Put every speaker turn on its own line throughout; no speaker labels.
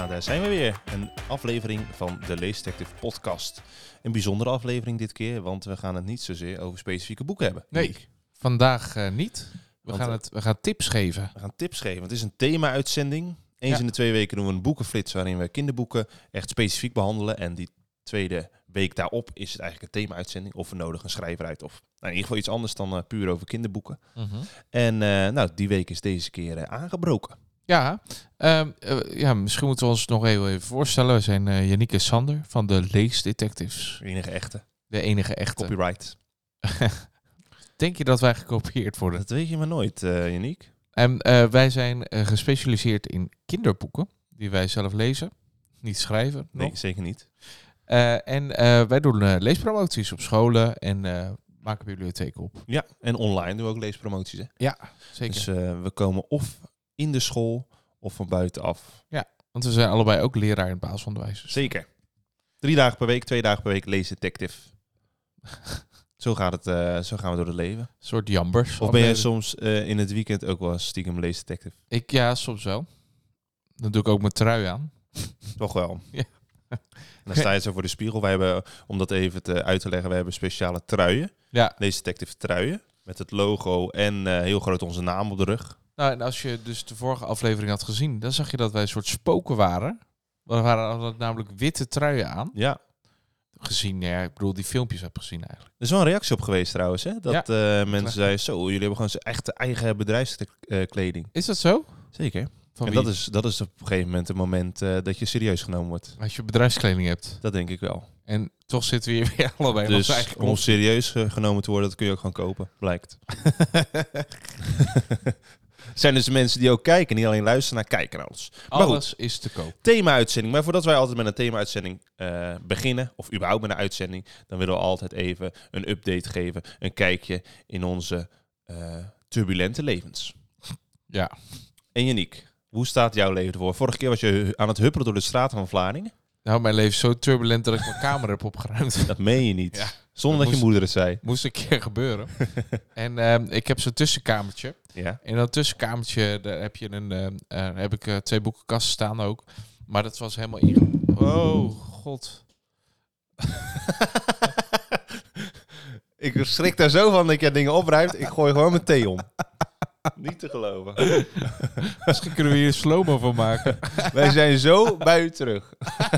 daar zijn we weer. Een aflevering van de Leesdetective podcast. Een bijzondere aflevering dit keer, want we gaan het niet zozeer over specifieke boeken hebben.
Nee, vandaag niet. We gaan tips geven.
We gaan tips geven, want het is een thema-uitzending. Eens in de 2 weken doen we een boekenflits waarin we kinderboeken echt specifiek behandelen. En die tweede week daarop is het eigenlijk een thema-uitzending. Of we nodigen een schrijver uit of in ieder geval iets anders dan puur over kinderboeken.
Mm-hmm.
En die week is deze keer aangebroken.
Ja, misschien moeten we ons nog even voorstellen. We zijn Yannick en Sander van de Leesdetectives.
De enige echte.
De enige echte.
Copyright.
Denk je dat wij gekopieerd worden?
Dat weet je maar nooit, Yannick.
En wij zijn gespecialiseerd in kinderboeken, die wij zelf lezen. Niet schrijven.
Nee,
nog.
zeker niet.
Wij doen leespromoties op scholen en maken bibliotheken op.
Ja, en online doen we ook leespromoties, hè?
Ja, zeker.
Dus we komen of in de school of van buitenaf.
Want we zijn allebei ook leraar in het basisonderwijs.
Zeker. 3 dagen per week, 2 dagen per week leesdetective. Zo gaan we door het leven.
Een soort jambers.
Of ben je soms in het weekend ook wel stiekem leesdetective?
Ja, soms wel. Dan doe ik ook mijn trui aan.
Toch wel.
Ja.
En dan sta je zo voor de spiegel. Wij hebben, om dat even uit te leggen, we hebben speciale truien.
Ja.
Leesdetective truien. Met het logo en heel groot onze naam op de rug.
Nou, en als je dus de vorige aflevering had gezien, dan zag je dat wij een soort spoken waren. We hadden namelijk witte truien aan.
Ja.
Gezien, ja, ik bedoel, die filmpjes heb gezien eigenlijk.
Er is wel een reactie op geweest trouwens, hè? Dat mensen zeiden, zo, jullie hebben gewoon echt eigen bedrijfskleding.
Is dat zo?
Zeker.
Van
en
wie?
dat is op een gegeven moment het moment dat je serieus genomen wordt.
Als je bedrijfskleding hebt.
Dat denk ik wel.
En toch zitten we hier weer allebei in onze
Dus
eigen
om
knop.
serieus genomen te worden, dat kun je ook gewoon kopen, blijkt. Zijn dus mensen die ook kijken, niet alleen luisteren naar kijken naar ons. Maar goed,
Alles is te koop.
thema-uitzending. Maar voordat wij altijd met een thema-uitzending beginnen, of überhaupt met een uitzending, dan willen we altijd even een update geven, een kijkje in onze turbulente levens.
Ja.
En Yannick, hoe staat jouw leven ervoor? Vorige keer was je aan het huppelen door de straten van Vlaardingen.
Nou, mijn leven is zo turbulent dat ik mijn kamer heb opgeruimd.
Dat meen je niet.
Ja.
Zonder dat je moeder het zei.
Moest een keer gebeuren. En ik heb zo'n tussenkamertje.
Ja.
In dat tussenkamertje daar heb je heb ik 2 boekenkasten staan ook. Maar dat was helemaal Oh, god.
Ik schrik daar zo van dat jij dingen opruimt. Ik gooi gewoon mijn thee om. Niet te geloven.
Misschien kunnen we hier een slow-mo van maken.
Wij zijn zo bij u terug.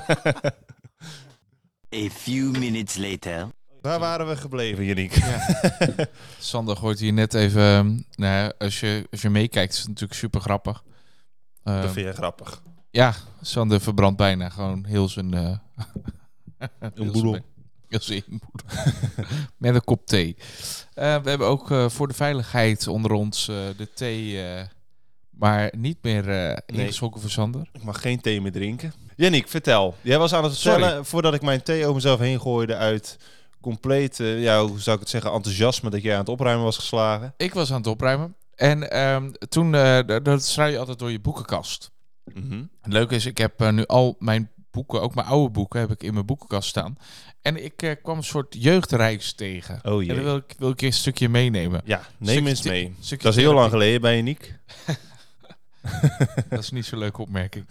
A few minutes later.
Waar waren we gebleven, Yannick?
Ja. Sander gooit hier net even... als je meekijkt is het natuurlijk super grappig.
Dat vind je grappig.
Ja, Sander verbrandt bijna gewoon heel zijn...
Een boedel.
Heel zijn inboedel. Met een kop thee. We hebben ook voor de veiligheid onder ons de thee... maar niet meer ingeschonken voor Sander.
Ik mag geen thee meer drinken. Yannick, vertel. Jij was aan het vertellen, voordat ik mijn thee over mezelf heen gooide uit compleet, hoe zou ik het zeggen, enthousiasme dat jij aan het opruimen was geslagen.
Ik was aan het opruimen. En toen, dat schrijf je altijd door je boekenkast.
Mm-hmm.
Het leuke is, ik heb nu al mijn boeken, ook mijn oude boeken, heb ik in mijn boekenkast staan. En ik kwam een soort jeugdreis tegen.
Oh jee.
En dan wil ik een stukje meenemen.
Ja, neem eens mee.
Stukje
Dat is heel lang
therapie.
geleden bij Yannick.
Dat is niet zo'n leuke opmerking.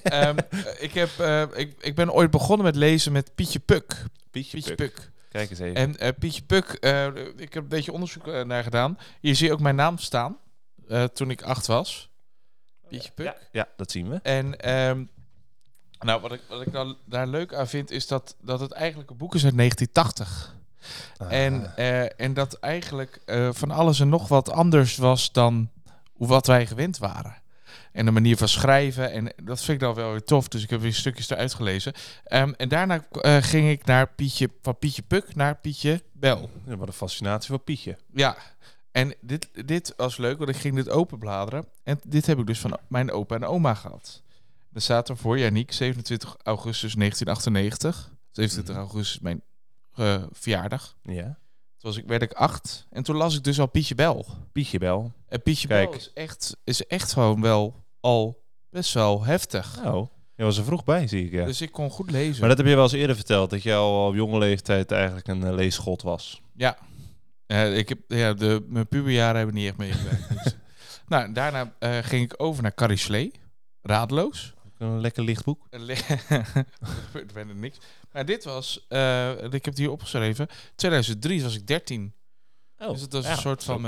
Ik ben ooit begonnen met lezen met Pietje Puk.
Pietje Puk. Kijk eens even.
En Pietje Puk, ik heb een beetje onderzoek naar gedaan. Hier zie je ook mijn naam staan, toen ik 8 was. Pietje Puk.
Ja, dat zien we.
En wat ik nou daar leuk aan vind, is dat het eigenlijk een boek is uit 1980. En dat eigenlijk van alles en nog wat anders was dan wat wij gewend waren. En de manier van schrijven. En dat vind ik dan wel weer tof. Dus ik heb weer stukjes eruit gelezen. En daarna ging ik van Pietje Puk naar Pietje Bel.
Ja, wat een fascinatie voor Pietje.
Ja. En dit was leuk, want ik ging dit openbladeren. En dit heb ik dus van mijn opa en oma gehad. Er staat er voor Yannick, 27 augustus 1998. 27 augustus mijn verjaardag.
Ja.
Toen werd ik 8. En toen las ik dus al Pietje Bel.
Pietje Bel.
En Pietje
Kijk.
Bel is echt gewoon wel al best wel heftig.
Oh, je was er vroeg bij, zie ik. Ja.
Dus ik kon goed lezen.
Maar dat heb je wel eens eerder verteld, dat je al op jonge leeftijd eigenlijk een leesgod was.
Ja. Mijn puberjaren hebben niet echt meegewerkt. Dus. Nou, daarna ging ik over naar Carrie Slee. Raadloos.
Een lekker licht boek.
Er gebeurt bijna niks. Maar dit was, ik heb het hier opgeschreven, 2003 was ik 13. Dus het was een soort van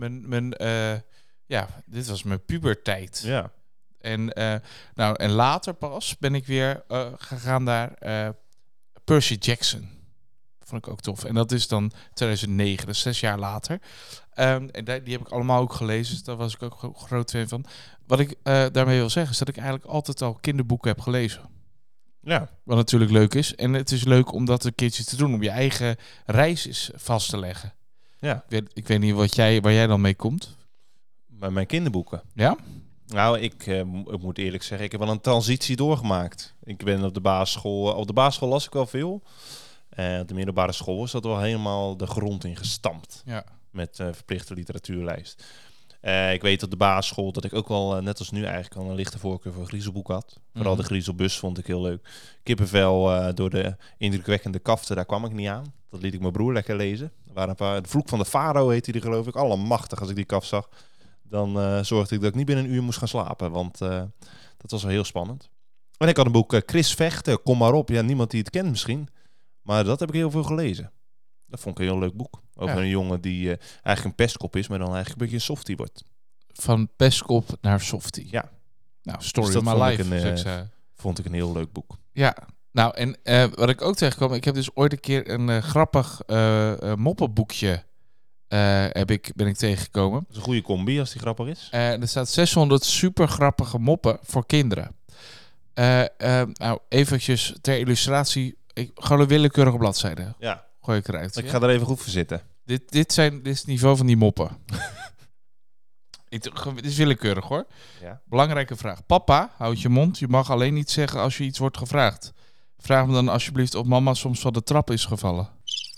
dit was mijn puberteit.
Ja.
En later pas ben ik weer gegaan naar Percy Jackson. Vond ik ook tof. En dat is dan 2009, dus 6 jaar later. En die heb ik allemaal ook gelezen, dus daar was ik ook groot fan van. Wat ik daarmee wil zeggen, is dat ik eigenlijk altijd al kinderboeken heb gelezen.
Ja.
Wat natuurlijk leuk is. En het is leuk om dat een keertje te doen, om je eigen reis vast te leggen.
Ja.
Ik weet niet waar jij dan mee komt.
Bij mijn kinderboeken.
Ja?
Nou, ik moet eerlijk zeggen, ik heb wel een transitie doorgemaakt. Ik ben op de basisschool... Op de basisschool las ik wel veel. Op de middelbare school is dat wel helemaal de grond in gestampt.
Ja.
Met verplichte literatuurlijst. Ik weet op de basisschool dat ik ook wel, net als nu eigenlijk, al een lichte voorkeur voor griezelboek had. Vooral de griezelbus vond ik heel leuk. Kippenvel door de indrukwekkende kaften, daar kwam ik niet aan. Dat liet ik mijn broer lekker lezen. Er waren een paar, de Vloek van de Farao heette die, geloof ik. Allemachtig als ik die kaft zag. Dan zorgde ik dat ik niet binnen een uur moest gaan slapen. Want dat was wel heel spannend. En ik had een boek Chris Vechten, Kom maar op. Ja, niemand die het kent misschien. Maar dat heb ik heel veel gelezen. Dat vond ik een heel leuk boek. Over een jongen die eigenlijk een pestkop is, maar dan eigenlijk een beetje een softie wordt.
Van pestkop naar softie.
Ja.
Nou, story
Dus
of
dat
my
vond
life.
Vond ik een heel leuk boek.
Ja. Nou, en wat ik ook tegenkwam, ik heb dus ooit een keer een grappig moppenboekje ben ik tegengekomen.
Dat is een goede combi als die grappig is.
Er staat 600 super grappige moppen voor kinderen. Nou, eventjes ter illustratie. Gewoon een willekeurige bladzijde.
Ja.
Gooi ik eruit.
Ik ga er even goed voor zitten.
Dit is het niveau van die moppen. Dit is willekeurig hoor.
Ja.
Belangrijke vraag. Papa, houd je mond. Je mag alleen niet zeggen als je iets wordt gevraagd. Vraag me dan alsjeblieft of mama soms van de trap is gevallen.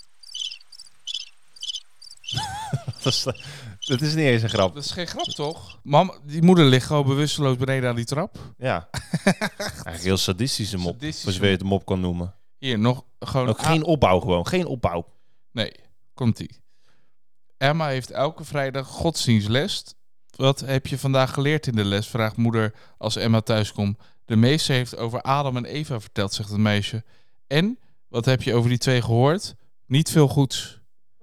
Dat is niet eens een grap.
Dat is geen grap toch? Mama, die moeder ligt gewoon bewusteloos beneden aan die trap.
Ja. Eigenlijk heel sadistische mop.
Sadistische
Als je het mop kan noemen.
Hier, nog gewoon...
Ook geen opbouw gewoon. Geen opbouw.
Nee, komt-ie. Emma heeft elke vrijdag godsdienstles. Wat heb je vandaag geleerd in de les? Vraagt moeder als Emma thuiskomt. De meester heeft over Adam en Eva verteld, zegt het meisje. En, wat heb je over die twee gehoord? Niet veel goeds.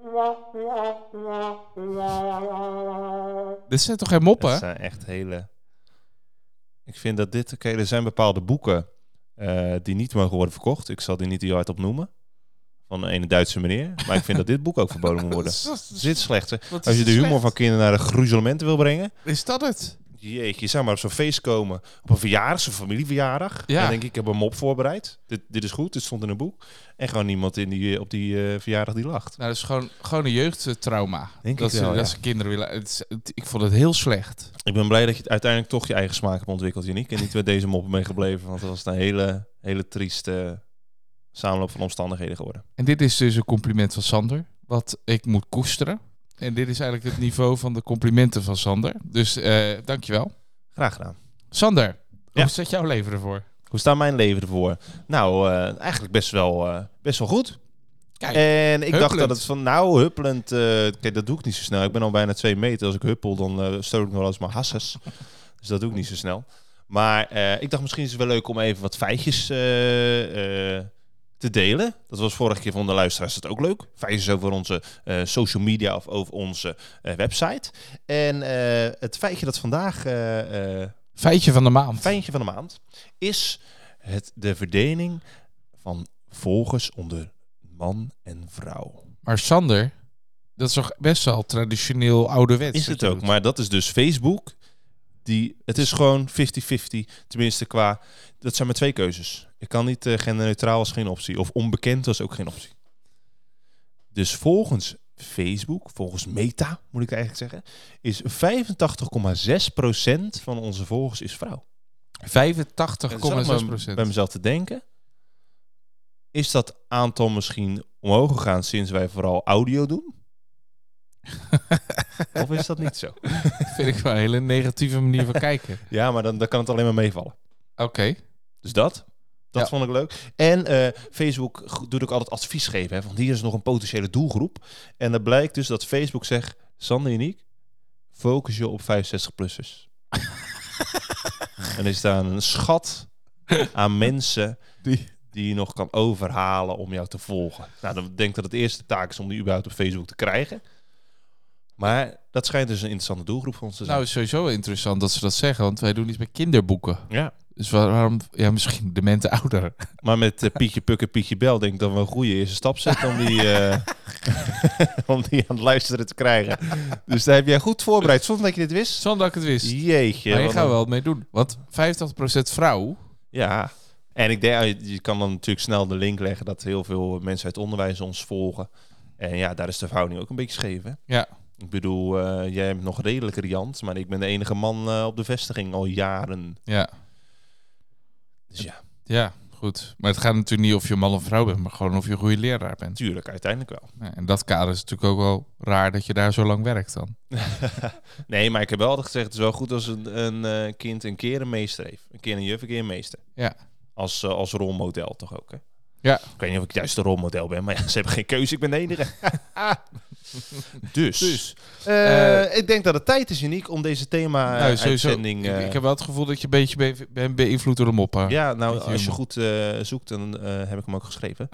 Dit zijn toch geen moppen?
Dat zijn echt hele... Ik vind dat dit... Oké, er zijn bepaalde boeken die niet mogen worden verkocht. Ik zal die niet heel hard op noemen. Van een ene Duitse meneer. Maar ik vind dat dit boek ook verboden moet worden. Dit is slecht. Hè? Als je de humor van kinderen naar de gruzelementen wil brengen...
Is dat het?
Jeetje, je zou maar op zo'n feest komen. Op een verjaardag, zo'n familieverjaardag.
Ja.
Dan denk ik heb een mop voorbereid. Dit is goed, dit stond in een boek. En gewoon niemand op die verjaardag die lacht.
Nou, dat is gewoon een jeugdtrauma.
Denk
dat
ik wel,
dat ze kinderen willen... ik vond het heel slecht.
Ik ben blij dat je uiteindelijk toch je eigen smaak hebt ontwikkeld, Janiek. En niet met deze moppen mee gebleven. Want dat was een hele trieste samenloop van omstandigheden geworden.
En dit is dus een compliment van Sander. Wat ik moet koesteren. En dit is eigenlijk het niveau van de complimenten van Sander. Dus dankjewel.
Graag gedaan.
Sander,
Ja.
hoe staat jouw leven ervoor?
Hoe staat mijn leven ervoor? Nou, eigenlijk best wel goed.
Kijk,
En ik dacht
huppelend.
dat het van, huppelend... kijk, dat doe ik niet zo snel. Ik ben al bijna 2 meter. Als ik huppel, dan stoot ik nog wel eens mijn hasses. Dus dat doe ik niet zo snel. Maar ik dacht, misschien is het wel leuk om even wat feitjes te delen. Dat was vorige keer van de luisteraars dat ook leuk. Feitjes over onze social media of over onze website. En het feitje dat vandaag...
feitje van de maand.
feitje van de maand is de verdeling van volgers onder man en vrouw.
Maar Sander, dat is toch best wel traditioneel ouderwets.
Is het ook, maar dat is dus Facebook. Het is gewoon 50-50, tenminste qua... Dat zijn maar 2 keuzes. Ik kan niet genderneutraal is geen optie. Of onbekend was ook geen optie. Dus volgens Facebook, volgens Meta moet ik eigenlijk zeggen, is 85,6% van onze volgers is vrouw.
85,6%.
Bij mezelf te denken, is dat aantal misschien omhoog gegaan sinds wij vooral audio doen? Of is dat niet zo?
Vind ik wel een hele negatieve manier van kijken.
Ja, maar dan kan het alleen maar meevallen.
Oké.
Dus dat
Ja.
vond ik leuk. En Facebook doet ook altijd advies geven. Hè, want hier is nog een potentiële doelgroep. En dan blijkt dus dat Facebook zegt, Sander Janiek, focus je op 65-plussers. En er is daar een schat aan mensen die je nog kan overhalen om jou te volgen. Nou, dan denk ik dat het eerste taak is om die überhaupt op Facebook te krijgen. Maar dat schijnt dus een interessante doelgroep voor ons te zijn.
Nou, is sowieso interessant dat ze dat zeggen, want wij doen iets met kinderboeken.
Ja.
Dus waarom, ja, misschien demente ouder.
Maar met Pietje Puk en Pietje Bel denk ik dat we een goede eerste stap zetten om die, om die aan het luisteren te krijgen. Dus daar heb jij goed voorbereid, zonder dat je dit wist.
Zonder dat ik het wist.
Jeetje.
Maar je
wat
gaat
een-
wel mee doen. Want 85% vrouw.
Ja. En ik denk, je kan dan natuurlijk snel de link leggen dat heel veel mensen uit het onderwijs ons volgen. En ja, daar is de verhouding ook een beetje scheef, hè?
Ja.
Ik bedoel, jij hebt nog redelijk riant, maar ik ben de enige man op de vestiging al jaren.
Ja.
Dus ja,
Ja, goed. Maar het gaat natuurlijk niet of je man of vrouw bent, maar gewoon of je een goede leraar bent.
natuurlijk, uiteindelijk wel.
Ja, en dat kader is natuurlijk ook wel raar dat je daar zo lang werkt dan.
Nee, maar ik heb wel altijd gezegd, het is wel goed als een kind een keer een meester heeft. Een keer een juf, een keer een meester.
Ja.
Als rolmodel toch ook, hè?
Ja.
Ik weet niet of ik juist de rolmodel ben, maar ja, ze hebben geen keuze, ik ben de enige. Dus. Ik denk dat het tijd is, Uniek, om deze thema-uitzending...
Ik heb wel het gevoel dat je een beetje bent beïnvloed door de moppen.
ja, nou,
Beetje
als je
humor.
goed zoekt, dan heb ik hem ook geschreven.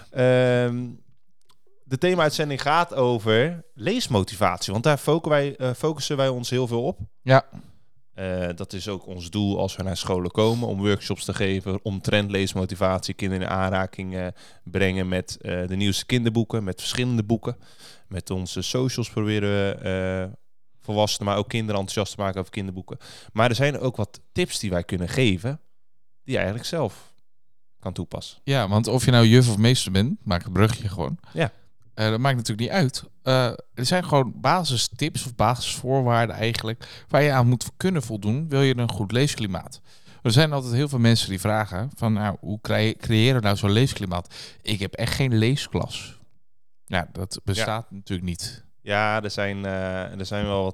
De thema-uitzending gaat over leesmotivatie, want daar focussen wij ons heel veel op.
Ja.
Dat is ook ons doel als we naar scholen komen, om workshops te geven, omtrent leesmotivatie, kinderen in aanraking brengen met de nieuwste kinderboeken, met verschillende boeken. Met onze socials proberen we volwassenen, maar ook kinderen enthousiast te maken over kinderboeken. Maar er zijn ook wat tips die wij kunnen geven, die je eigenlijk zelf kan toepassen.
Ja, want of je nou juf of meester bent, maak het brugje gewoon.
Ja.
Dat maakt natuurlijk niet uit. Er zijn gewoon basistips of basisvoorwaarden eigenlijk waar je aan moet kunnen voldoen, wil je een goed leesklimaat. Er zijn altijd heel veel mensen die vragen van, nou, hoe creëren we nou zo'n leesklimaat? Ik heb echt geen leesklas. Ja, dat bestaat natuurlijk niet.
Ja, er zijn wel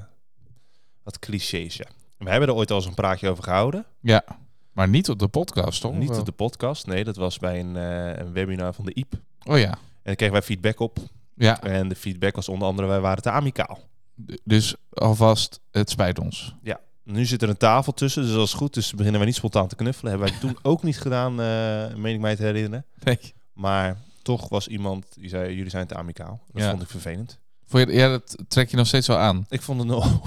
wat clichés, ja. We hebben er ooit al eens een praatje over gehouden.
Ja, maar niet op de podcast, toch?
Niet
Wel?
op de podcast, nee, dat was bij een webinar van de IEP.
Oh ja.
En daar kregen wij feedback op.
Ja,
En de feedback was onder andere, wij waren te amicaal.
dus alvast, het spijt ons.
Ja, nu zit er een tafel tussen, dus als het goed is beginnen wij niet spontaan te knuffelen. Hebben wij toen ook niet gedaan, meen ik mij te herinneren.
Nee.
Maar toch was iemand die zei, jullie zijn te amicaal. Dat
Ja.
vond ik vervelend.
Ja, dat trek je nog steeds wel aan.
Ik vond het een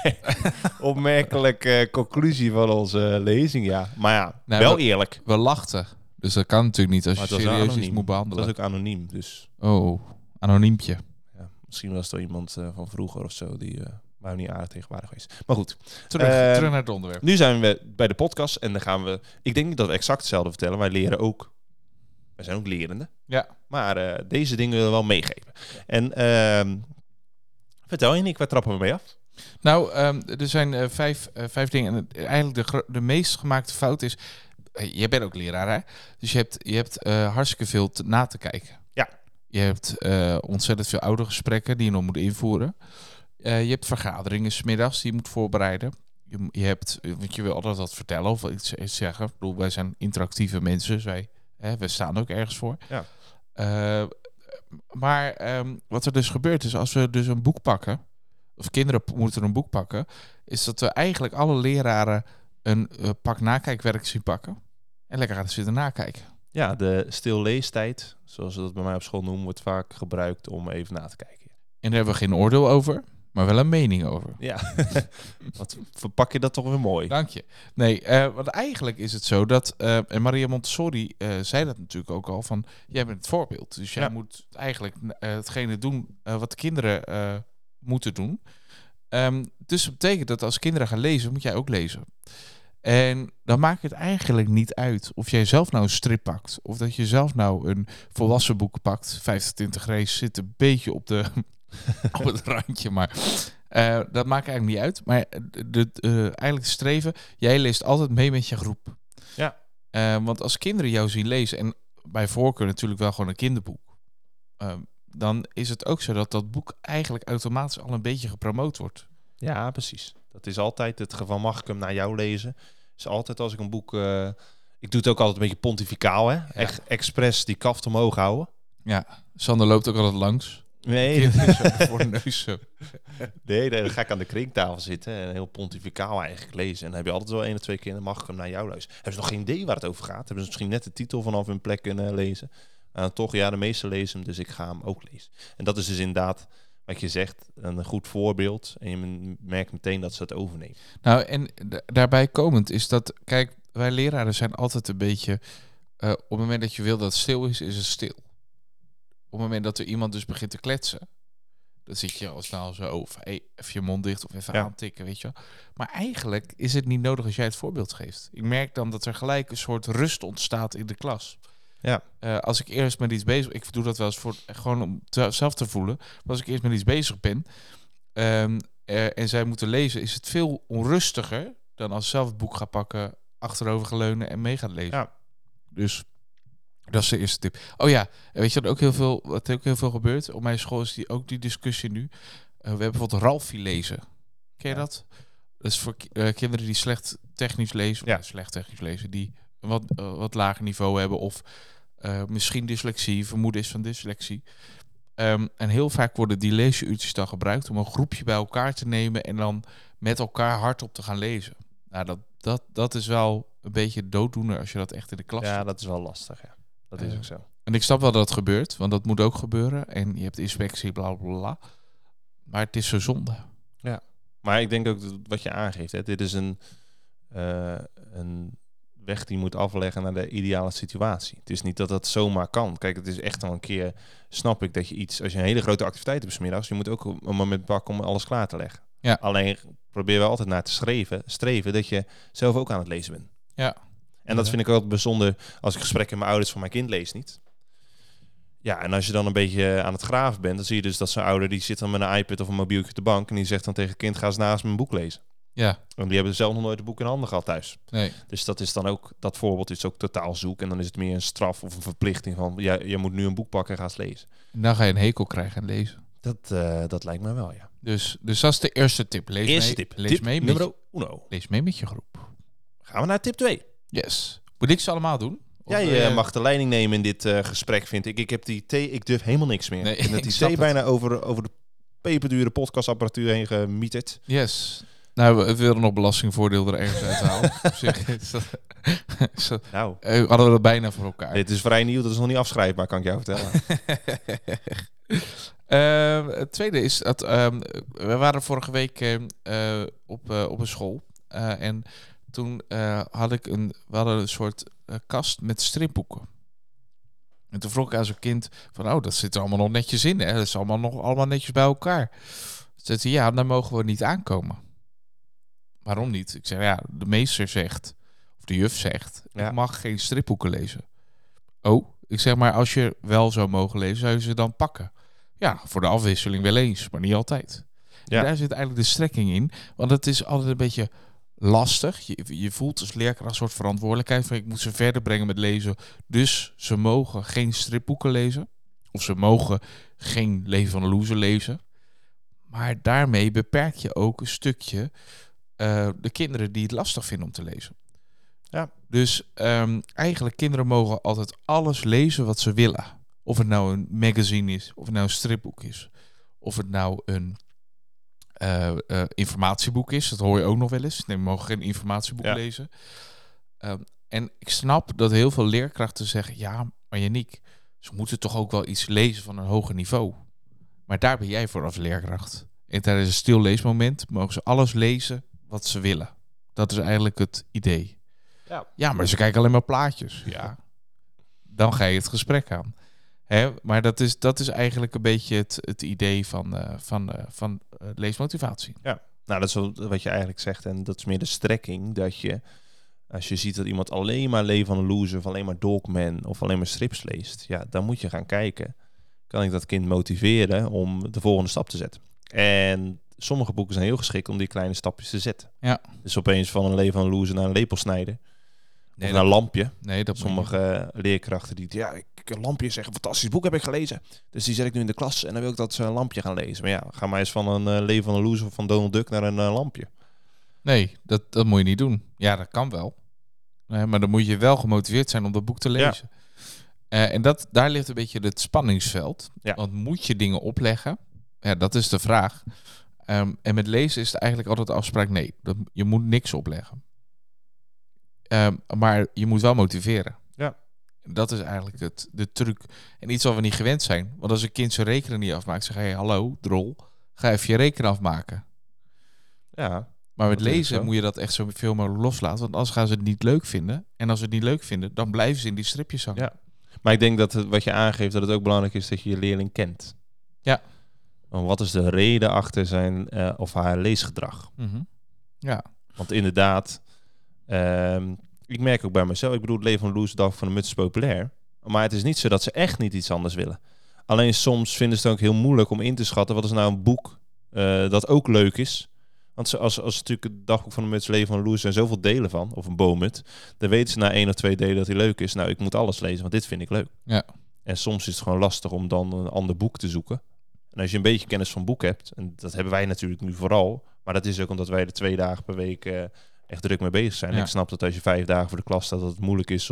opmerkelijke conclusie van onze lezing, ja. Maar ja,
Nou,
wel eerlijk.
We lachten. Dus dat kan natuurlijk niet als
Maar
je
het was
serieus
anoniem.
iets moet
Dat
behandelen.
was ook anoniem, dus
Oh, anoniempje.
ja, misschien was het wel iemand van vroeger of zo die waar we niet aardig tegen waren geweest. Maar goed,
Terug naar het onderwerp.
nu zijn we bij de podcast en dan gaan we... Ik denk niet dat we exact hetzelfde vertellen. Wij leren ook... Wij zijn ook lerende.
Ja.
Maar deze dingen willen we wel meegeven. En vertel je, Nick, waar trappen we mee af?
Nou, er zijn vijf dingen. En eigenlijk de meest gemaakte fout is... jij bent ook leraar, hè? Dus je hebt hartstikke veel na te kijken.
Ja.
Je hebt ontzettend veel oudergesprekken die je nog moet invoeren. Je hebt vergaderingen 's middags die je moet voorbereiden. Je hebt, want je wil altijd wat vertellen of iets zeggen. Ik bedoel, wij zijn interactieve mensen. Dus wij staan ook ergens voor.
Ja.
Maar wat er dus gebeurt is, als we dus een boek pakken... of kinderen moeten een boek pakken... is dat we eigenlijk alle leraren een pak nakijkwerk zien pakken... en lekker gaan zitten nakijken.
Ja, de stilleestijd, zoals we dat bij mij op school noemen, wordt vaak gebruikt om even na te kijken.
En daar hebben we geen oordeel over, maar wel een mening over.
Ja, wat verpak je dat toch weer mooi.
Dank je. Nee, want eigenlijk is het zo dat... en Maria Montessori zei dat natuurlijk ook al, van... jij bent het voorbeeld. Dus jij
Ja.
moet eigenlijk hetgene doen wat de kinderen moeten doen. Dus dat betekent dat als kinderen gaan lezen, moet jij ook lezen. En dan maakt het eigenlijk niet uit of jij zelf nou een strip pakt... of dat je zelf nou een volwassen boek pakt. 25 race zit een beetje op op het randje, maar... dat maakt eigenlijk niet uit. Maar eigenlijk streven, jij leest altijd mee met je groep.
Ja.
Want als kinderen jou zien lezen, en bij voorkeur natuurlijk wel gewoon een kinderboek, dan is het ook zo dat dat boek eigenlijk automatisch al een beetje gepromoot wordt.
Ja, precies. Dat is altijd het geval. Mag ik hem naar jou lezen? Is altijd als ik een boek... ik doe het ook altijd een beetje pontificaal, hè? Echt expres die kaft omhoog houden.
Ja, Sander loopt ook altijd langs.
Nee,
Kinderen zo voor de neus zo.
nee, dan ga ik aan de kringtafel zitten en heel pontificaal eigenlijk lezen. En dan heb je altijd wel 1 of 2 keer, dan mag ik hem naar jou luisteren. Hebben ze nog geen idee waar het over gaat? Hebben ze misschien net de titel vanaf hun plek kunnen lezen? Toch, ja, de meesten lezen hem, dus ik ga hem ook lezen. En dat is dus inderdaad, wat je zegt, een goed voorbeeld. En je merkt meteen dat ze het overnemen.
Nou, en daarbij komend is dat... Kijk, wij leraren zijn altijd een beetje... op het moment dat je wil dat het stil is, is het stil. Op het moment dat er iemand dus begint te kletsen... dan zit je al snel zo... Of even je mond dicht of even aantikken, weet je wel. Maar eigenlijk is het niet nodig als jij het voorbeeld geeft. Ik merk dan dat er gelijk een soort rust ontstaat in de klas.
Ja.
Als ik eerst met iets bezig... Ik doe dat wel eens gewoon om zelf te voelen. Maar als ik eerst met iets bezig ben... en zij moeten lezen... is het veel onrustiger... dan als ik zelf het boek ga pakken... achterover gaan leunen en mee gaat lezen.
Ja.
Dus dat is de eerste tip. Oh ja, weet je wat ook heel veel gebeurt? Op mijn school is ook die discussie nu. We hebben bijvoorbeeld Ralphie lezen. Ken je dat? Dat is voor kinderen die slecht technisch lezen.
Ja.
Slecht technisch lezen. Die wat lager niveau hebben. Of misschien dyslexie, vermoeden is van dyslexie. En heel vaak worden die leesuurtjes dan gebruikt om een groepje bij elkaar te nemen en dan met elkaar hardop te gaan lezen. Nou, dat is wel een beetje dooddoener als je dat echt in de klas doet.
Ja, dat is wel lastig, ja. Dat is ook zo.
En ik snap wel dat het gebeurt, want dat moet ook gebeuren. En je hebt inspectie, bla bla bla. Maar het is zo zonde.
Ja, maar ik denk ook dat wat je aangeeft, hè, dit is een weg die je moet afleggen naar de ideale situatie. Het is niet dat dat zomaar kan. Kijk, het is echt wel een keer, snap ik, dat je iets, als je een hele grote activiteit hebt 's middags, je moet ook een moment pakken om alles klaar te leggen.
Ja.
Alleen probeer wel altijd naar te streven dat je zelf ook aan het lezen bent.
Ja.
En dat vind ik ook bijzonder als ik gesprekken met mijn ouders van mijn kind lees niet. Ja, en als je dan een beetje aan het graven bent, dan zie je dus dat zo'n ouder die zit dan met een iPad of een mobieltje op de bank en die zegt dan tegen het kind, ga eens naast mijn boek lezen.
Ja.
En die hebben zelf nog nooit een boek in handen gehad thuis.
Nee.
Dus dat is dan ook, dat voorbeeld is ook totaal zoek. En dan is het meer een straf of een verplichting van, ja, je moet nu een boek pakken en ga eens lezen.
En dan ga je een hekel krijgen en lezen.
Dat lijkt me wel, ja.
Dus dat is de eerste tip. Lees mee met je groep.
Gaan we naar tip 2.
Yes. Moet ik ze allemaal doen?
Jij mag de leiding nemen in dit gesprek, vind ik. Ik heb die thee, ik durf helemaal niks meer.
Nee,
ik heb
ik
die
snap
thee
het.
bijna over de peperdure podcastapparatuur heen gemieterd.
Yes. Nou, we willen nog belastingvoordeel er ergens uithalen. Op zich is dat,
Nou,
hadden we dat bijna voor elkaar.
dit is vrij nieuw, dat is nog niet afschrijfbaar, kan ik jou vertellen.
Het tweede is dat we waren vorige week op een school. En toen we hadden een soort kast met stripboeken. En toen vroeg ik aan zo'n kind van, oh, dat zit er allemaal nog netjes in, hè? Dat is allemaal netjes bij elkaar. Toen zei hij, ja, daar mogen we niet aankomen. Waarom niet? Ik zei, ja, de meester zegt, of de juf zegt,
Ja.
ik mag geen stripboeken lezen. Oh, ik zeg, maar als je wel zou mogen lezen, zou je ze dan pakken? Ja, voor de afwisseling wel eens, maar niet altijd.
Ja.
En daar zit eigenlijk de strekking in, want het is altijd een beetje lastig. Je voelt als leerkracht een soort verantwoordelijkheid van, ik moet ze verder brengen met lezen. Dus ze mogen geen stripboeken lezen. Of ze mogen geen Leven van de Loser lezen. Maar daarmee beperk je ook een stukje de kinderen die het lastig vinden om te lezen.
Ja.
Dus eigenlijk kinderen mogen altijd alles lezen wat ze willen. Of het nou een magazine is, of het nou een stripboek is. Of het nou een informatieboek is. Dat hoor je ook nog wel eens. Nee, we mogen geen informatieboek lezen. En ik snap dat heel veel leerkrachten zeggen, ja, maar Yannick, ze moeten toch ook wel iets lezen van een hoger niveau. Maar daar ben jij voor als leerkracht. En tijdens een stil leesmoment mogen ze alles lezen wat ze willen. Dat is eigenlijk het idee. Ja, maar ze kijken alleen maar plaatjes. Ja, dan ga je het gesprek aan. Hè? Maar dat is eigenlijk een beetje het idee van leesmotivatie.
Ja, nou dat is wel wat je eigenlijk zegt. En dat is meer de strekking dat je, als je ziet dat iemand alleen maar Leven van de Loser of alleen maar Dogman of alleen maar strips leest, ja, dan moet je gaan kijken. Kan ik dat kind motiveren om de volgende stap te zetten? En sommige boeken zijn heel geschikt om die kleine stapjes te zetten.
Ja.
Dus opeens van een Leven van de Loser naar een lepelsnijder.
Nee,
of naar een lampje.
Nee, dat
sommige leerkrachten die, ja, een lampje is echt een fantastisch boek heb ik gelezen. Dus die zet ik nu in de klas en dan wil ik dat ze een lampje gaan lezen. Maar ja, ga maar eens van een Leven van de Loser of van Donald Duck naar een lampje.
Nee, dat moet je niet doen. Ja, dat kan wel. Nee, maar dan moet je wel gemotiveerd zijn om dat boek te lezen. Ja. En daar ligt een beetje het spanningsveld.
Ja.
Want moet je dingen opleggen? Ja, dat is de vraag. En met lezen is het eigenlijk altijd de afspraak: nee, je moet niks opleggen. Maar je moet wel motiveren.
Ja.
Dat is eigenlijk de truc. En iets wat we niet gewend zijn. Want als een kind zijn rekening niet afmaakt, zeg je: hallo, drol, ga even je rekening afmaken.
Ja.
Maar met
Dat is
lezen
zo.
moet je dat echt zo veel mogelijk loslaten. Want anders gaan ze het niet leuk vinden. En als ze het niet leuk vinden, dan blijven ze in die stripjes hangen.
Ja. Maar ik denk dat wat je aangeeft, dat het ook belangrijk is dat je je leerling kent.
Ja.
Want wat is de reden achter zijn of haar leesgedrag?
Mhm. Ja.
Want inderdaad, ik merk ook bij mezelf, ik bedoel, het leven van Loes, Dag van de Muts is populair. Maar het is niet zo dat ze echt niet iets anders willen. Alleen soms vinden ze het ook heel moeilijk om in te schatten, wat is nou een boek dat ook leuk is. Want als natuurlijk het dagboek van de Muts, Leven van Loes, zijn zoveel delen van, of een boomhut, dan weten ze na 1 of 2 delen dat hij leuk is. Nou, ik moet alles lezen, want dit vind ik leuk.
Ja.
En soms is het gewoon lastig om dan een ander boek te zoeken. En als je een beetje kennis van boek hebt, en dat hebben wij natuurlijk nu vooral, maar dat is ook omdat wij er 2 dagen per week echt druk mee bezig zijn.
Ja.
Ik snap dat als je 5 dagen voor de klas staat, dat het moeilijk is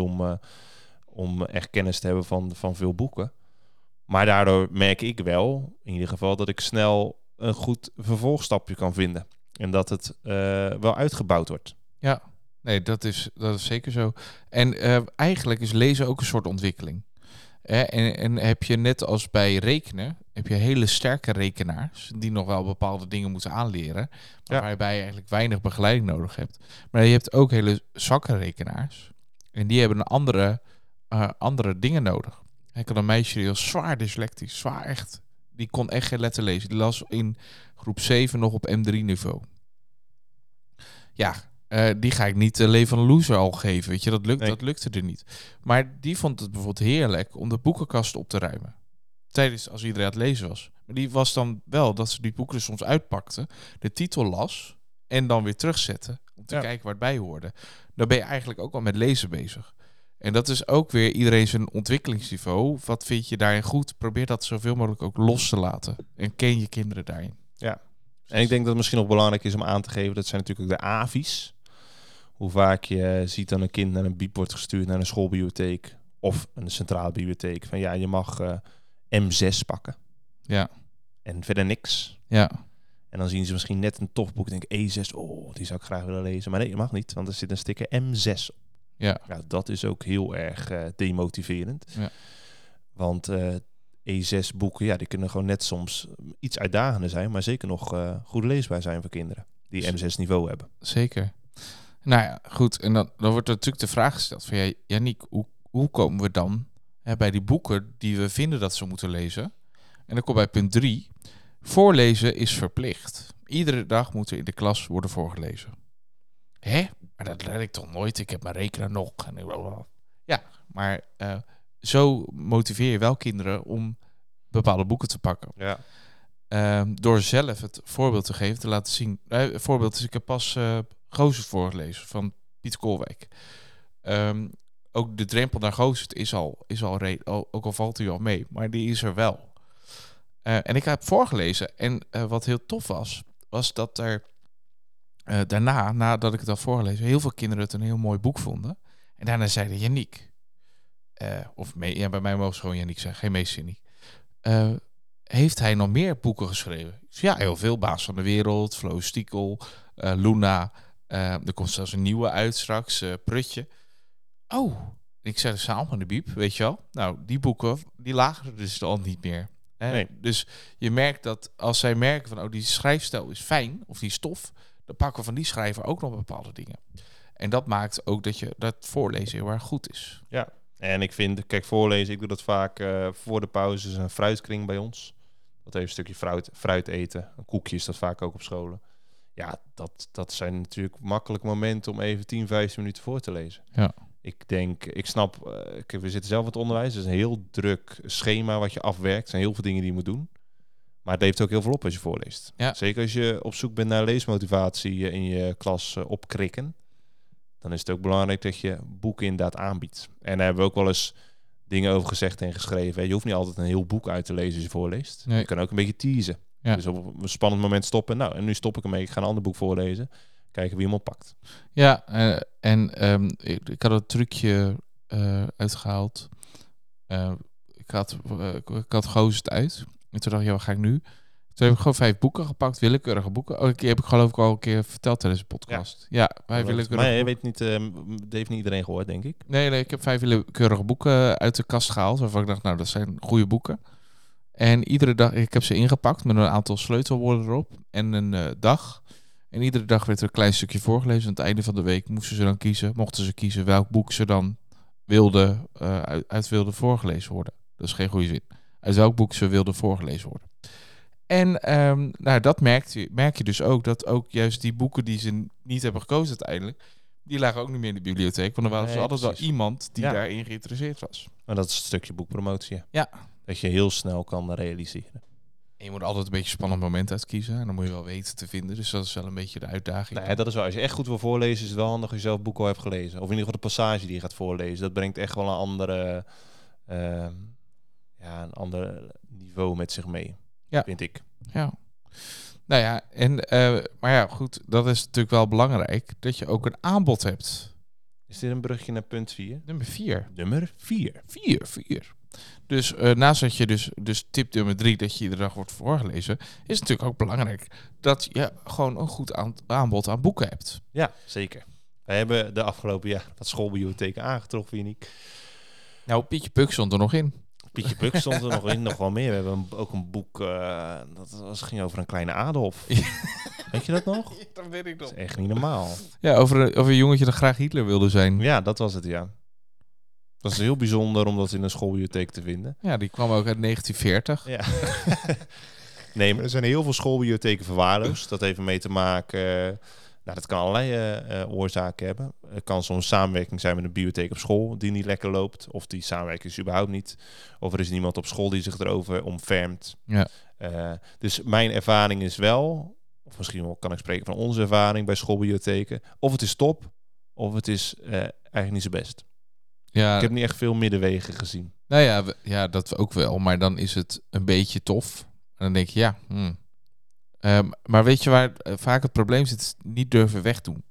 om echt kennis te hebben van veel boeken. Maar daardoor merk ik wel, in ieder geval, dat ik snel een goed vervolgstapje kan vinden. En dat het wel uitgebouwd wordt.
Ja, nee, dat is zeker zo. En eigenlijk is lezen ook een soort ontwikkeling. En heb je net als bij rekenen, heb je hele sterke rekenaars die nog wel bepaalde dingen moeten aanleren, maar waarbij je eigenlijk weinig begeleiding nodig hebt. Maar je hebt ook hele zwakke rekenaars en die hebben een andere dingen nodig. Ik had een meisje die was zwaar dyslectisch, zwaar echt. Die kon echt geen letter lezen. Die las in groep 7 nog op M3 niveau. Ja, die ga ik niet Leven van Loser al geven, weet je. Dat lukte er niet. Maar die vond het bijvoorbeeld heerlijk om de boekenkast op te ruimen. Tijdens als iedereen aan het lezen was. Maar die was dan wel dat ze die boeken er soms uitpakte, de titel las en dan weer terugzette om te kijken waar het bij hoorde. Dan ben je eigenlijk ook al met lezen bezig. En dat is ook weer iedereen zijn ontwikkelingsniveau. Wat vind je daarin goed? Probeer dat zoveel mogelijk ook los te laten. En ken je kinderen daarin.
Ja. En ik denk dat het misschien nog belangrijk is om aan te geven, dat zijn natuurlijk ook de AVI's. Hoe vaak je ziet dat een kind naar een bieb wordt gestuurd, naar een schoolbibliotheek of een centrale bibliotheek. Van ja, je mag M6 pakken.
Ja.
En verder niks.
Ja.
En dan zien ze misschien net een tof boek en denken E6, oh, die zou ik graag willen lezen. Maar nee, dat mag niet, want er zit een sticker M6 op.
Ja.
Ja, dat is ook heel erg demotiverend.
Ja.
Want E6 boeken, ja, die kunnen gewoon net soms iets uitdagender zijn, maar zeker nog goed leesbaar zijn voor kinderen die M6 niveau hebben.
Zeker. Nou ja, goed. En dan wordt er natuurlijk de vraag gesteld van, ja, Yannick, hoe komen we dan bij die boeken die we vinden dat ze moeten lezen? En dan komt bij punt 3. Voorlezen is verplicht. Iedere dag moet er in de klas worden voorgelezen. Hè? Maar dat red ik toch nooit? Ik heb mijn rekenen nog. Ja, maar zo motiveer je wel kinderen om bepaalde boeken te pakken.
Ja.
Door zelf het voorbeeld te geven, te laten zien. Voorbeeld is, ik heb pas Gozert voorgelezen van Pieter Koolwijk. Ook de drempel naar Gozert is al ook al valt hij al mee, maar die is er wel. En ik heb voorgelezen en wat heel tof was dat er daarna, nadat ik het had voorgelezen, heel veel kinderen het een heel mooi boek vonden. En daarna zeiden Yannick, bij mij mogen ze gewoon Yannick zeggen, geen meester Yannick. Heeft hij nog meer boeken geschreven? Ja, heel veel. Baas van de Wereld, Flo Stiekel, Luna. Er komt zelfs een nieuwe uit straks, Prutje. Oh, ik zei, ze allemaal in de bieb, weet je wel. Nou, die boeken, die lagen er dus al niet meer.
Nee.
Dus je merkt dat als zij merken van, die schrijfstijl is fijn, of die stof, dan pakken we van die schrijver ook nog bepaalde dingen. En dat maakt ook dat voorlezen heel erg goed is.
Ja, en ik vind, kijk, voorlezen, ik doe dat vaak voor de pauze, is een fruitkring bij ons. Dat heeft een stukje fruit eten. Een koekje is dat vaak ook op scholen. Ja, dat zijn natuurlijk makkelijke momenten om even 10, 15 minuten voor te lezen.
Ja.
Ik snap, we zitten zelf in het onderwijs. Het is een heel druk schema wat je afwerkt. Er zijn heel veel dingen die je moet doen. Maar het levert ook heel veel op als je voorleest.
Ja.
Zeker als je op zoek bent naar leesmotivatie in je klas opkrikken. Dan is het ook belangrijk dat je boeken inderdaad aanbiedt. En daar hebben we ook wel eens dingen over gezegd en geschreven. Je hoeft niet altijd een heel boek uit te lezen als je voorleest.
Nee.
Je kan ook een beetje teasen.
Ja.
Dus op een spannend moment stoppen. Nou, en nu stop ik ermee. Ik ga een ander boek voorlezen. Kijken wie hem oppakt.
Ja, ik had een trucje uitgehaald. Ik had Goos het uit. En toen dacht ik, wat ga ik nu? Toen heb ik gewoon 5 boeken gepakt, willekeurige boeken. Oh, die heb ik geloof ik al een keer verteld tijdens de podcast. Ja, 5 willekeurige
Maar je
boeken.
weet niet, dat heeft niet iedereen gehoord, denk ik.
Nee, ik heb 5 willekeurige boeken uit de kast gehaald. Waarvan ik dacht, nou, dat zijn goede boeken. En iedere dag, ik heb ze ingepakt met een aantal sleutelwoorden erop. En een dag. En iedere dag werd er een klein stukje voorgelezen. Aan het einde van de week mochten ze kiezen welk boek ze dan uit wilden voorgelezen worden. Dat is geen goede zin. Uit welk boek ze wilden voorgelezen worden. En dat merk je dus ook. Dat ook juist die boeken die ze niet hebben gekozen uiteindelijk. Die lagen ook niet meer in de bibliotheek. Want er was altijd wel iemand die daarin geïnteresseerd was.
Maar dat is een stukje boekpromotie.
Ja.
Dat je heel snel kan realiseren.
En je moet altijd een beetje een spannend moment uitkiezen. En dan moet je wel weten te vinden. Dus dat is wel een beetje de uitdaging.
Nou ja, dat is wel. Als je echt goed wil voorlezen, is het wel handig als je zelf het boek al hebt gelezen. Of in ieder geval de passage die je gaat voorlezen. Dat brengt echt wel een ander niveau met zich mee.
Ja.
Vind ik.
Ja. Nou ja, maar ja, goed. Dat is natuurlijk wel belangrijk. Dat je ook een aanbod hebt.
Is dit een brugje naar punt 4?
Nummer 4.
Nummer 4.
4. Dus naast dat je dus tip nummer 3, dat je iedere dag wordt voorgelezen, is het natuurlijk ook belangrijk dat je gewoon een goed aanbod aan boeken hebt.
Ja, zeker. Wij hebben de afgelopen jaar wat schoolbibliotheken aangetroffen, Yannick.
Nou, Pietje Puk stond er nog in.
Pietje Puk stond er nog in, nog wel meer. We hebben ook een boek, dat ging over een kleine Adolf. Weet je dat nog?
Ja, dat weet ik nog.
Dat is echt niet normaal.
Ja, over een jongetje dat graag Hitler wilde zijn.
Ja, dat was het, ja. Dat is heel bijzonder om dat in een schoolbibliotheek te vinden.
Ja, die kwam ook uit 1940.
Ja. Nee, maar er zijn heel veel schoolbibliotheken verwaarloosd. Dat heeft ermee te maken... dat kan allerlei oorzaken hebben. Het kan soms samenwerking zijn met een bibliotheek op school die niet lekker loopt. Of die samenwerking is überhaupt niet. Of er is niemand op school die zich erover omfermt.
Ja.
Dus mijn ervaring is wel... Of misschien wel kan ik spreken van onze ervaring bij schoolbibliotheken. Of het is top, of het is eigenlijk niet zo best.
Ja,
Ik heb niet echt veel middenwegen gezien.
nou ja, dat ook wel. Maar dan is het een beetje tof. En dan denk je, ja... maar weet je waar vaak het probleem zit? Is niet durven wegdoen.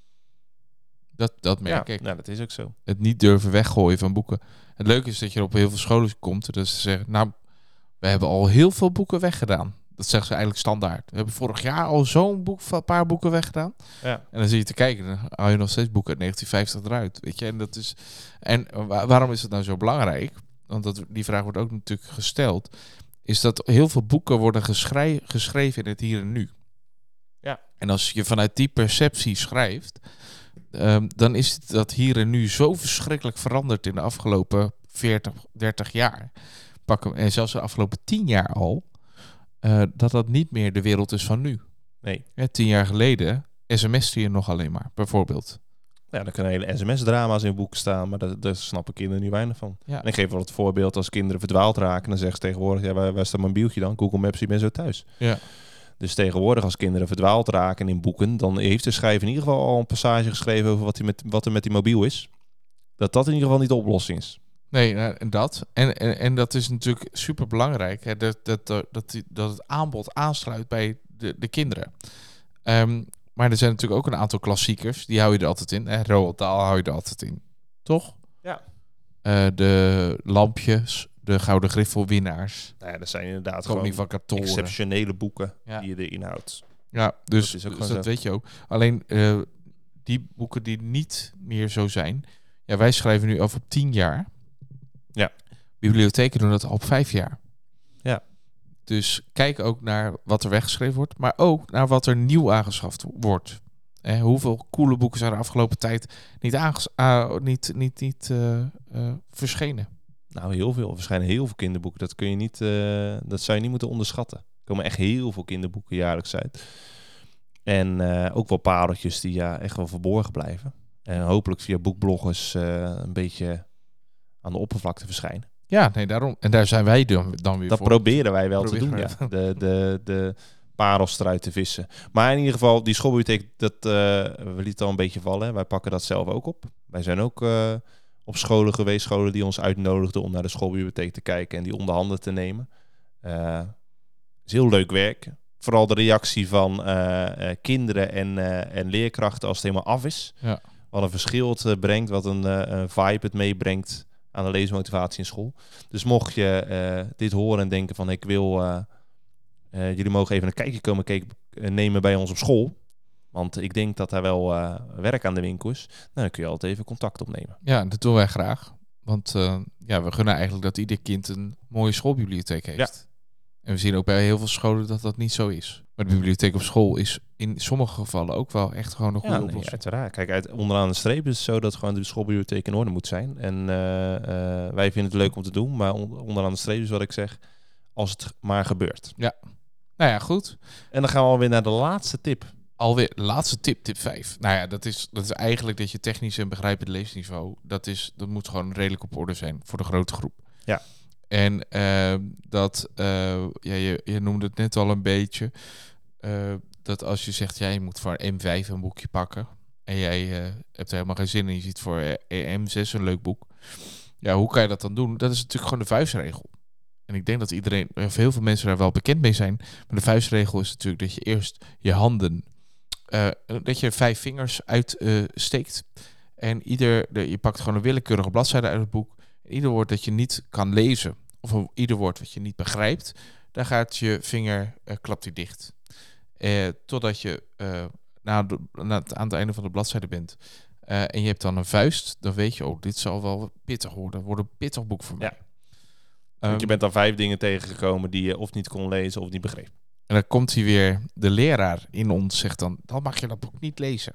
Dat merk ik.
Nou, dat is ook zo.
Het niet durven weggooien van boeken. Het leuke is dat je op heel veel scholen komt. Dus ze zeggen, nou, we hebben al heel veel boeken weggedaan. Dat zeggen ze eigenlijk standaard. We hebben vorig jaar al een paar boeken weggedaan.
Ja.
En dan zie je te kijken, dan haal je nog steeds boeken uit 1950 eruit. Weet je? En dat is. En waarom is het nou zo belangrijk? Want die vraag wordt ook natuurlijk gesteld. Is dat heel veel boeken worden geschreven in het hier en nu.
Ja.
En als je vanuit die perceptie schrijft, dan is het dat hier en nu zo verschrikkelijk veranderd in de afgelopen 40, 30 jaar. En zelfs de afgelopen 10 jaar al. Dat niet meer de wereld is van nu.
Nee.
10 jaar geleden sms'te je nog alleen maar, bijvoorbeeld.
Ja, er kunnen hele sms-drama's in boeken staan, maar daar snappen kinderen nu weinig van.
Ja.
En ik geef wel het voorbeeld, als kinderen verdwaald raken, dan zeggen ze tegenwoordig, ja, waar staat mijn mobieltje dan? Google Maps, je bent zo thuis.
Ja.
Dus tegenwoordig, als kinderen verdwaald raken in boeken, dan heeft de schrijver in ieder geval al een passage geschreven over wat er met die mobiel is. Dat in ieder geval niet de oplossing is.
Nee, en dat. En dat is natuurlijk super belangrijk. Dat het aanbod aansluit bij de kinderen. Maar er zijn natuurlijk ook een aantal klassiekers. Die hou je er altijd in. Roald Dahl hou je er altijd in. Toch?
Ja.
De lampjes. De Gouden Griffelwinnaars.
Nou ja, dat zijn inderdaad
Koning
gewoon
van Kartoren.
exceptionele boeken
Ja.
die je erin houdt.
Ja, dus
Dat is ook
dus
gewoon
dat
zo.
weet je ook. Alleen die boeken die niet meer zo zijn. Ja, wij schrijven nu af op 10 jaar.
Ja.
Bibliotheken doen dat al op 5 jaar.
Ja.
Dus kijk ook naar wat er weggeschreven wordt, maar ook naar wat er nieuw aangeschaft wordt. Hoeveel coole boeken zijn er de afgelopen tijd niet verschenen?
Nou, heel veel. Er verschijnen heel veel kinderboeken. Dat zou je niet moeten onderschatten. Er komen echt heel veel kinderboeken jaarlijks uit. En ook wel pareltjes die echt wel verborgen blijven. En hopelijk via boekbloggers een beetje aan de oppervlakte verschijnen.
Ja, nee, daarom. En daar zijn wij dan weer
Dat
voor.
proberen wij wel te
Proberen
doen,
wij
ja. De parels eruit te vissen. Maar in ieder geval, die schoolbibliotheek, we lieten al een beetje vallen. Hè. Wij pakken dat zelf ook op. Wij zijn ook op scholen geweest, scholen die ons uitnodigden om naar de schoolbibliotheek te kijken en die onder handen te nemen. Het is heel leuk werk. Vooral de reactie van kinderen en leerkrachten als het helemaal af is.
Ja.
Wat een verschil het brengt, wat een vibe het meebrengt. aan de leesmotivatie in school. Dus mocht je dit horen en denken van ik wil... jullie mogen even een kijkje komen nemen bij ons op school. Want ik denk dat daar wel werk aan de winkel is. Nou, dan kun je altijd even contact opnemen.
Ja, dat doen wij graag. Want we gunnen eigenlijk dat ieder kind een mooie schoolbibliotheek heeft.
Ja.
En we zien ook bij heel veel scholen dat dat niet zo is. Maar de bibliotheek op school is in sommige gevallen ook wel echt gewoon een goede oplossing.
Uiteraard. Kijk, onderaan de streep is het zo dat gewoon de schoolbibliotheek in orde moet zijn. En wij vinden het leuk om te doen. Maar onderaan de streep is wat ik zeg, als het maar gebeurt.
Ja. Nou ja, goed.
En dan gaan we alweer naar de laatste tip.
Alweer, laatste tip 5. Nou ja, dat is eigenlijk dat je technisch en begrijpend leesniveau, dat moet gewoon redelijk op orde zijn voor de grote groep.
Ja.
En je noemde het net al een beetje, dat als je zegt, je moet voor M5 een boekje pakken en jij hebt er helemaal geen zin in, je ziet voor M6 een leuk boek. Ja, hoe kan je dat dan doen? Dat is natuurlijk gewoon de vuistregel. En ik denk dat heel veel mensen daar wel bekend mee zijn. Maar de vuistregel is natuurlijk dat je eerst je handen, dat je 5 vingers uitsteekt. En je pakt gewoon een willekeurige bladzijde uit het boek. Ieder woord dat je niet kan lezen, of ieder woord wat je niet begrijpt, daar gaat je vinger, klapt die dicht. Totdat je aan het einde van de bladzijde bent. En je hebt dan een vuist, dan weet je, dit zal wel pittig worden. Dat wordt een pittig boek voor mij.
Ja. Want je bent dan 5 dingen tegengekomen die je of niet kon lezen of niet begreep.
En dan komt hij weer, de leraar in ons zegt dan mag je dat boek niet lezen.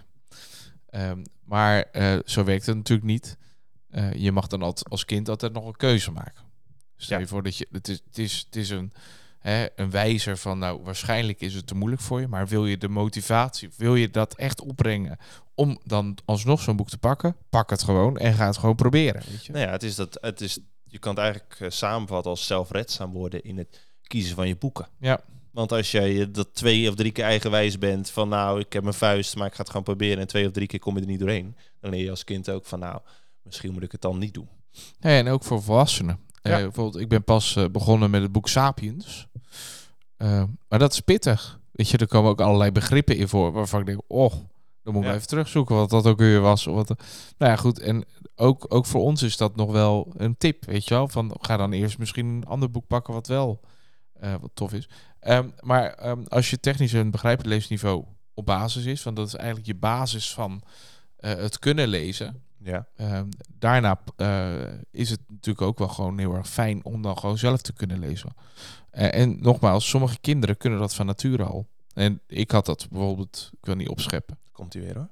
Maar zo werkt het natuurlijk niet. Je mag dan als kind altijd nog een keuze maken. Stel je voor dat het is een wijzer van, nou, waarschijnlijk is het te moeilijk voor je, maar wil je de motivatie, wil je dat echt opbrengen om dan alsnog zo'n boek te pakken? Pak het gewoon en ga het gewoon proberen. Weet je?
Nou ja, je kan het eigenlijk samenvatten als zelfredzaam worden in het kiezen van je boeken.
Ja.
Want als jij dat 2 of 3 keer eigenwijs bent van nou, ik heb mijn vuist, maar ik ga het gewoon proberen en 2 of 3 keer kom je er niet doorheen, dan leer je als kind ook van nou, misschien moet ik het dan niet doen.
Ja, en ook voor volwassenen.
Ja.
Bijvoorbeeld, ik ben pas begonnen met het boek Sapiens. Maar dat is pittig. Weet je, er komen ook allerlei begrippen in voor waarvan ik denk, dan moet ik even terugzoeken wat dat ook weer was. Nou ja, goed. En ook voor ons is dat nog wel een tip, weet je wel. Van, ga dan eerst misschien een ander boek pakken wat wel wat tof is. Maar als je technisch een begrijpend leesniveau op basis is, want dat is eigenlijk je basis van het kunnen lezen.
Ja.
Daarna is het natuurlijk ook wel gewoon heel erg fijn om dan gewoon zelf te kunnen lezen. En nogmaals, sommige kinderen kunnen dat van nature al. En ik had dat bijvoorbeeld, ik wil niet opscheppen.
Komt hij weer hoor.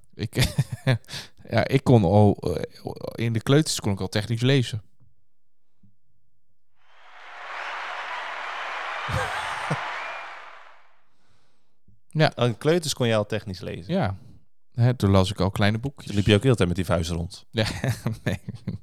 Ik kon al, in de kleuters kon ik al technisch lezen. Ja.
Aan kleuters kon je al technisch lezen.
Ja. Toen las ik al kleine boekjes.
Toen liep je ook heel de tijd met die vuist rond.
Ja, nee.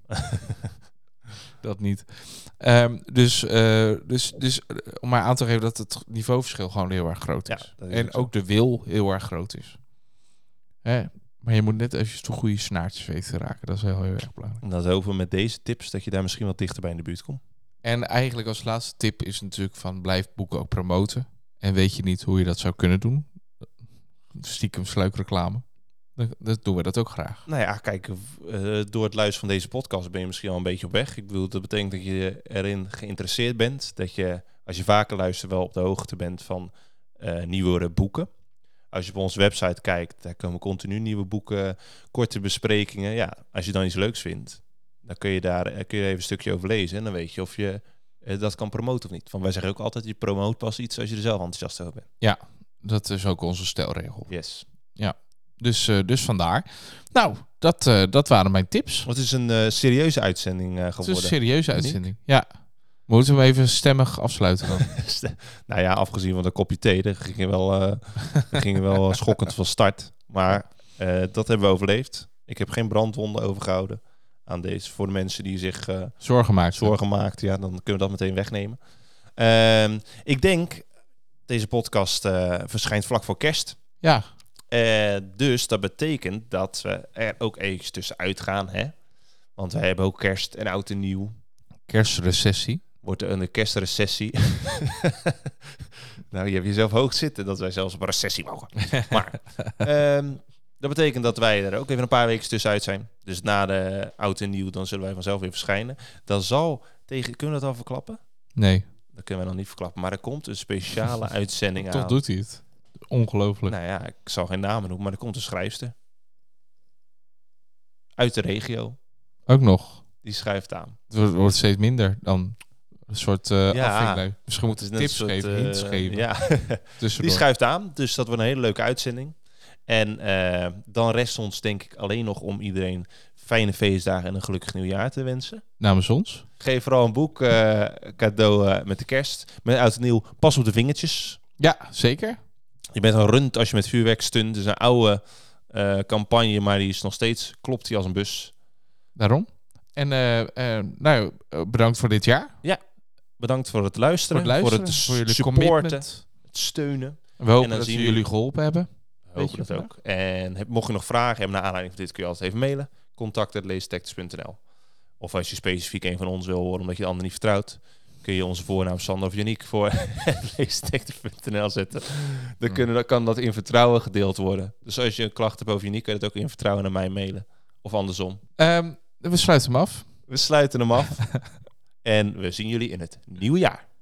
Dat niet. Dus om maar aan te geven dat het niveauverschil gewoon heel erg groot is.
Ja, is
en ook de wil heel erg groot is. Maar je moet net even de goede snaartjes weten te raken. Dat is heel erg belangrijk.
En dan hopen we met deze tips dat je daar misschien wat dichter bij in de buurt komt. En
eigenlijk als laatste tip is natuurlijk van blijf boeken ook promoten. En weet je niet hoe je dat zou kunnen doen? Stiekem sluikreclame. Dan doen we dat ook graag.
Nou ja, kijk, door het luisteren van deze podcast ben je misschien al een beetje op weg. Ik bedoel, dat betekent dat je erin geïnteresseerd bent. Dat je, als je vaker luistert, wel op de hoogte bent van nieuwere boeken. Als je op onze website kijkt, daar komen continu nieuwe boeken, korte besprekingen. Ja, als je dan iets leuks vindt, dan kun je even een stukje over lezen. En dan weet je of je dat kan promoten of niet. Want wij zeggen ook altijd, je promoot pas iets als je er zelf enthousiast over bent.
Ja, dat is ook onze stelregel.
Yes.
Ja. Dus vandaar. Nou, dat waren mijn tips.
Het is een serieuze uitzending geworden.
Het is een serieuze uitzending, ja. Moeten we even stemmig afsluiten dan?
Nou ja, afgezien van een kopje thee, daar gingen we wel schokkend van start. Maar dat hebben we overleefd. Ik heb geen brandwonden overgehouden aan deze. Voor de mensen die zich zorgen maakt, ja, dan kunnen we dat meteen wegnemen. Ik denk, deze podcast verschijnt vlak voor kerst.
Ja.
Dus dat betekent dat we er ook eventjes tussenuit gaan, hè? Want wij hebben ook kerst en oud en nieuw.
Kerstrecessie.
Wordt er een kerstrecessie. Nou, je hebt jezelf hoog zitten dat wij zelfs op een recessie mogen. Maar Dat betekent dat wij er ook even een paar weken tussenuit zijn. Dus na de oud en nieuw, dan zullen wij vanzelf weer verschijnen. Dan zal kunnen we dat al verklappen?
Nee,
Dat kunnen we nog niet verklappen. Maar er komt een speciale uitzending aan.
toch doet hij het. Ongelooflijk.
Nou ja, ik zal geen namen noemen, maar er komt een schrijfster. Uit de regio.
Ook nog.
Die schrijft aan.
Het wordt steeds minder dan een soort afvinklijn. Misschien
Het
moeten
is net
tips
een soort,
geven, hints geven.
Ja,
Tussendoor.
die schuift aan. Dus dat wordt een hele leuke uitzending. En dan rest ons denk ik alleen nog om iedereen fijne feestdagen en een gelukkig nieuwjaar te wensen.
Namens ons.
Geef vooral een boek cadeau met de kerst. Met oud en nieuw. Pas op de vingertjes.
Ja, zeker.
Je bent een rund als je met vuurwerk stunt. Het is een oude campagne, maar die is nog steeds, klopt die als een bus.
Daarom. En bedankt voor dit jaar.
Bedankt voor het luisteren.
Voor jullie
supporten.
commitment.
Het steunen.
We hopen
En dan
dat we
zien we
jullie geholpen hebben.
Hoop
je
dat
vandaag?
ook. En mocht je nog vragen hebben naar aanleiding van dit, kun je altijd even mailen. contact@leestectors.nl. Of als je specifiek een van ons wil horen, omdat je de ander niet vertrouwt, kun je onze voornaam Sander of Yannick voor leestectors.nl zetten. Dan kan dat in vertrouwen gedeeld worden. Dus als je een klacht hebt over Yannick, kun je het ook in vertrouwen naar mij mailen. Of andersom.
We sluiten hem af.
We sluiten hem af. En we zien jullie in het nieuwe jaar.